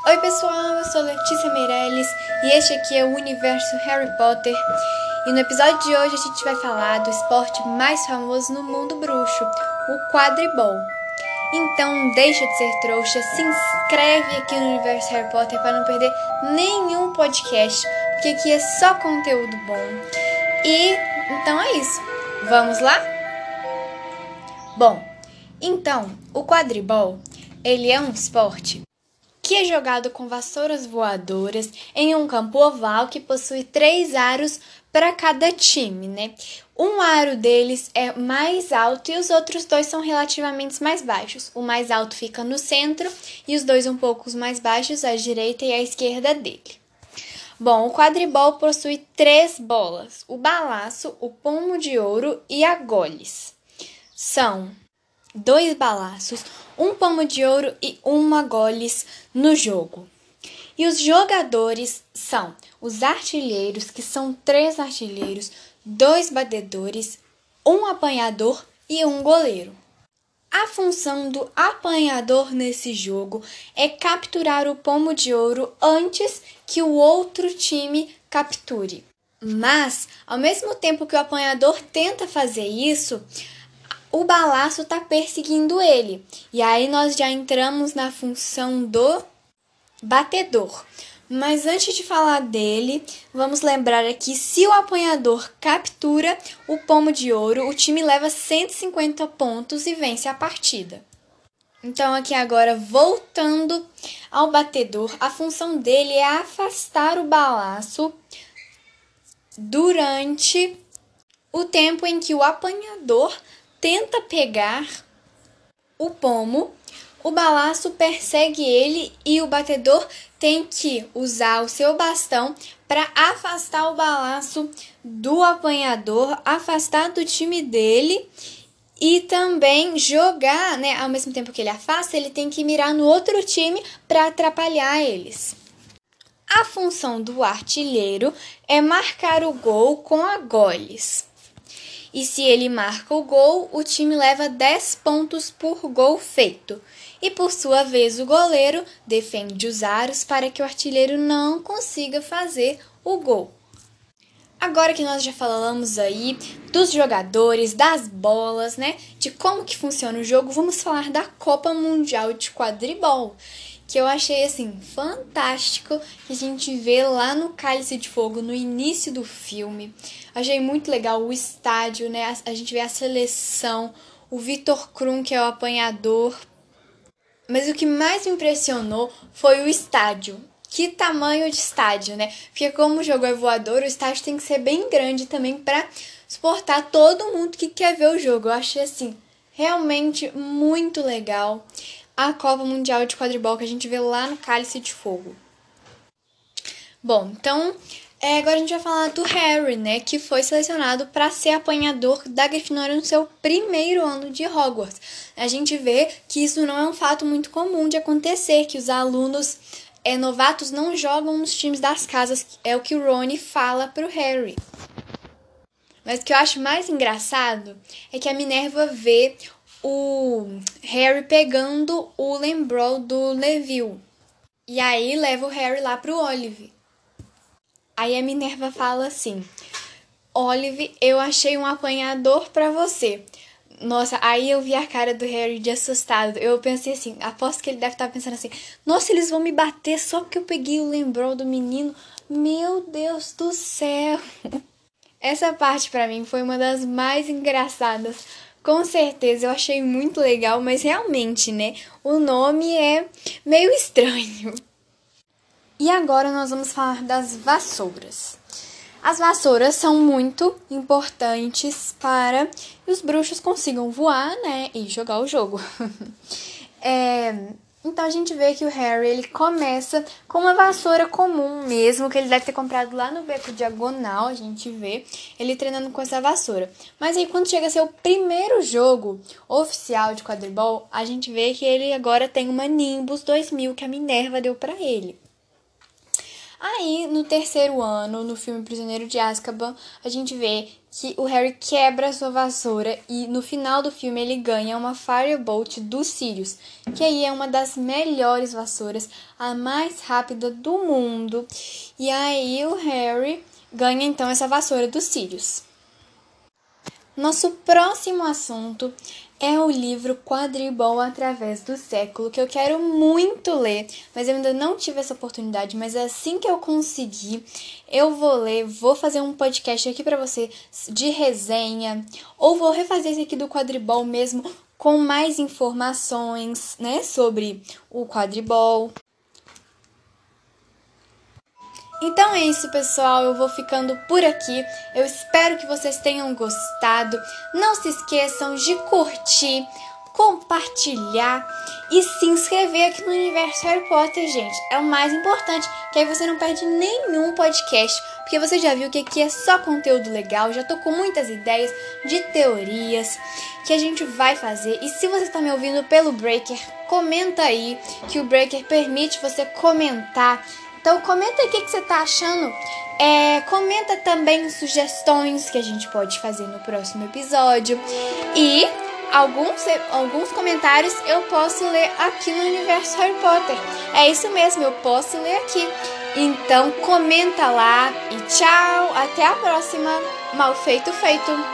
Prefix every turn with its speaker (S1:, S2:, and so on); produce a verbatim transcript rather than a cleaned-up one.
S1: Oi pessoal, eu sou Letícia Meirelles e este aqui é o Universo Harry Potter. E no episódio de hoje a gente vai falar do esporte mais famoso no mundo bruxo, o quadribol. Então deixa de ser trouxa, se inscreve aqui no Universo Harry Potter para não perder nenhum podcast, porque aqui é só conteúdo bom. E então é isso, vamos lá? Bom, então o quadribol, ele é um esporte que é jogado com vassouras voadoras em um campo oval que possui três aros para cada time, né? Um aro deles é mais alto e os outros dois são relativamente mais baixos. O mais alto fica no centro e os dois um pouco mais baixos, à direita e à esquerda dele. Bom, o quadribol possui três bolas: o balaço, o pomo de ouro e a goles. São dois balaços, um pomo de ouro e uma goles no jogo. E os jogadores são os artilheiros, que são três artilheiros, dois batedores, um apanhador e um goleiro. A função do apanhador nesse jogo é capturar o pomo de ouro antes que o outro time capture. Mas, ao mesmo tempo que o apanhador tenta fazer isso, o balaço está perseguindo ele. E aí nós já entramos na função do batedor. Mas antes de falar dele, vamos lembrar aqui, se o apanhador captura o pomo de ouro, o time leva cento e cinquenta pontos e vence a partida. Então aqui agora, voltando ao batedor, a função dele é afastar o balaço durante o tempo em que o apanhador tenta pegar o pomo, o balaço persegue ele e o batedor tem que usar o seu bastão para afastar o balaço do apanhador, afastar do time dele e também jogar, né? Ao mesmo tempo que ele afasta, ele tem que mirar no outro time para atrapalhar eles. A função do artilheiro é marcar o gol com a goles. E se ele marca o gol, o time leva dez pontos por gol feito. E por sua vez, o goleiro defende os aros para que o artilheiro não consiga fazer o gol. Agora que nós já falamos aí dos jogadores, das bolas, né, de como que funciona o jogo, vamos falar da Copa Mundial de Quadribol, que eu achei, assim, fantástico, que a gente vê lá no Cálice de Fogo, no início do filme. Achei muito legal o estádio, né? A gente vê a seleção, o Vitor Krum, que é o apanhador. Mas o que mais me impressionou foi o estádio. Que tamanho de estádio, né? Porque como o jogo é voador, o estádio tem que ser bem grande também para suportar todo mundo que quer ver o jogo. Eu achei, assim, realmente muito legal a Copa Mundial de Quadribol que a gente vê lá no Cálice de Fogo. Bom, então é, agora a gente vai falar do Harry, né, que foi selecionado para ser apanhador da Grifinória no seu primeiro ano de Hogwarts. A gente vê que isso não é um fato muito comum de acontecer, que os alunos é, novatos não jogam nos times das casas, é o que o Rony fala para o Harry. Mas o que eu acho mais engraçado é que a Minerva vê o Harry pegando o lembrol do Neville. E aí leva o Harry lá pro Olive. Aí a Minerva fala assim: Olive, eu achei um apanhador pra você. Nossa, aí eu vi a cara do Harry de assustado. Eu pensei assim, aposto que ele deve estar pensando assim: nossa, eles vão me bater só porque eu peguei o lembrol do menino. Meu Deus do céu. Essa parte pra mim foi uma das mais engraçadas. Com certeza, eu achei muito legal, mas realmente, né, o nome é meio estranho. E agora nós vamos falar das vassouras. As vassouras são muito importantes para que os bruxos consigam voar, né, e jogar o jogo. é... Então a gente vê que o Harry, ele começa com uma vassoura comum mesmo, que ele deve ter comprado lá no Beco Diagonal, a gente vê ele treinando com essa vassoura. Mas aí quando chega a ser o primeiro jogo oficial de quadribol, a gente vê que ele agora tem uma Nimbus dois mil que a Minerva deu pra ele. Aí, no terceiro ano, no filme Prisioneiro de Azkaban, a gente vê que o Harry quebra a sua vassoura e no final do filme ele ganha uma Firebolt dos Sirius, que aí é uma das melhores vassouras, a mais rápida do mundo. E aí o Harry ganha então essa vassoura dos Sirius. Nosso próximo assunto é o livro Quadribol através do século, que eu quero muito ler, mas eu ainda não tive essa oportunidade, mas assim que eu conseguir, eu vou ler, vou fazer um podcast aqui pra você de resenha, ou vou refazer esse aqui do Quadribol mesmo, com mais informações, né, sobre o quadribol. Então é isso, pessoal. Eu vou ficando por aqui. Eu espero que vocês tenham gostado. Não se esqueçam de curtir, compartilhar e se inscrever aqui no Universo Harry Potter, gente. É o mais importante, que aí você não perde nenhum podcast, porque você já viu que aqui é só conteúdo legal. Já tô com muitas ideias de teorias que a gente vai fazer. E se você está me ouvindo pelo Breaker, comenta aí, que o Breaker permite você comentar. Então comenta aí o que, que você tá achando. É, comenta também sugestões que a gente pode fazer no próximo episódio. E alguns, alguns comentários eu posso ler aqui no Universo Harry Potter. É isso mesmo, eu posso ler aqui. Então comenta lá e tchau, até a próxima. Mal feito, feito.